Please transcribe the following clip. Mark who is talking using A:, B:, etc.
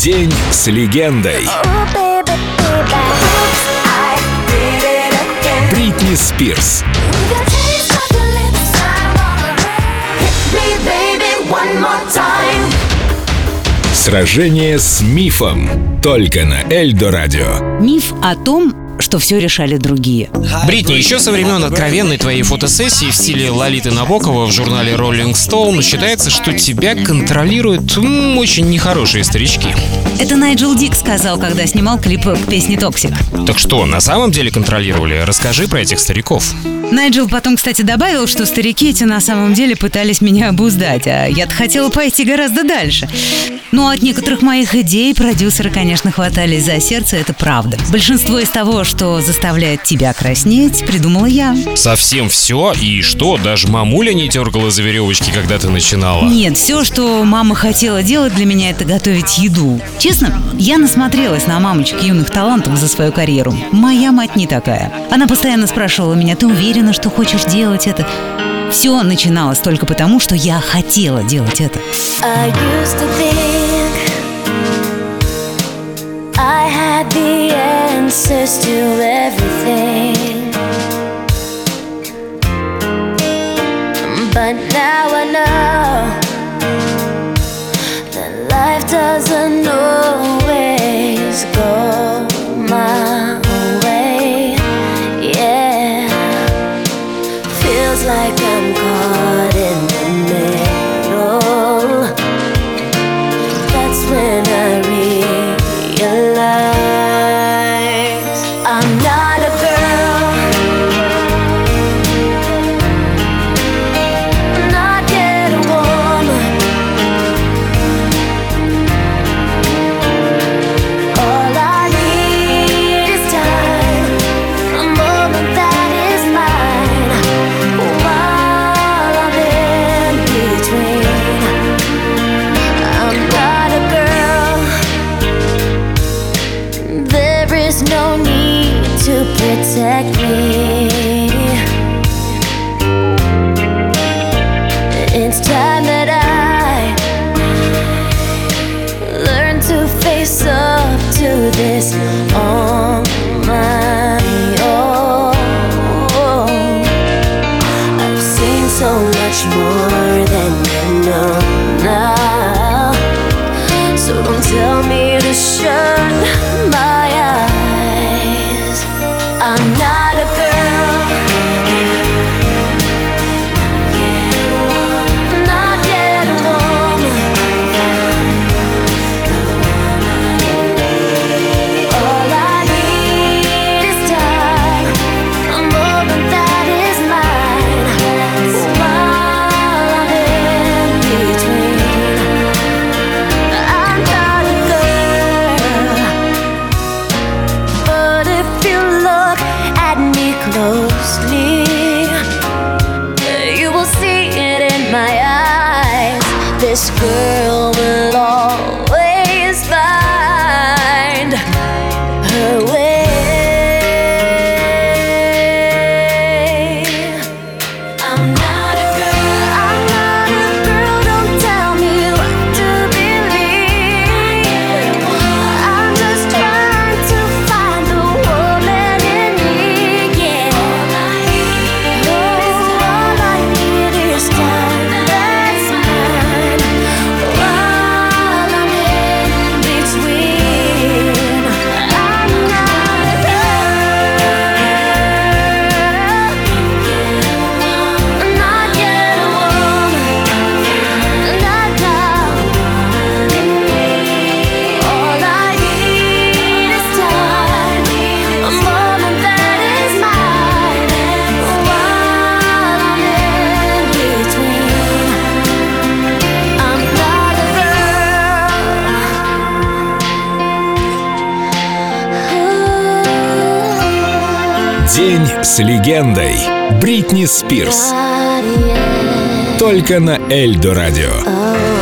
A: День с легендой. Бритни Спирс. Сражение с мифом. Только на Эльдо Радио.
B: Миф о том, что все решали другие.
C: Бритни, еще со времен откровенной твоей фотосессии в стиле Лолиты Набокова в журнале Rolling Stone считается, что тебя контролируют очень нехорошие старички.
B: Это Найджел Дик сказал, когда снимал клип к песне «Токсик».
C: Так что, на самом деле контролировали? Расскажи про этих стариков.
B: Найджел потом, кстати, добавил, что старики эти на самом деле пытались меня обуздать, а я-то хотела пойти гораздо дальше. Но от некоторых моих идей продюсеры, конечно, хватались за сердце, это правда. Большинство из того, что заставляет тебя краснеть, придумала я.
C: Совсем все? И что, даже мамуля не дергала за веревочки, когда ты начинала?
B: Нет, все, что мама хотела делать для меня, это готовить еду. Честно, я насмотрелась на мамочек юных талантов за свою карьеру. Моя мать не такая. Она постоянно спрашивала меня: ты уверена, что хочешь делать это? Все начиналось только потому, что я хотела делать это.
D: I had the answers to everything, but now I know that life doesn't always go my way. Yeah, feels like I'm caught in the middle. That's when I realize I'm not a girl, not yet a woman. All I need is time, a moment that is mine, while I'm in between. I'm not a girl, there is no need to protect me. It's time that I learn to face up to this on my own. I've seen so much more than you know now, so don't tell me to shut my eyes. I'm not a girl, not yet a woman. All I need is time, a moment that is mine, while I'm in between. I'm not a girl, but if you look at me closely, you will see it in my eyes. This girl will always find her way. I'm not a girl, I'm not a girl, don't tell me what to believe. I'm just trying to find the woman in me, yeah. All I need is time that's mine, while I'm in between. I'm not a girl, not yet a woman, not now. All I need is time, a moment that is mine, while I'm in between. I'm not a girl.
A: День с легендой. Бритни Спирс. Только на Эльдо Радио.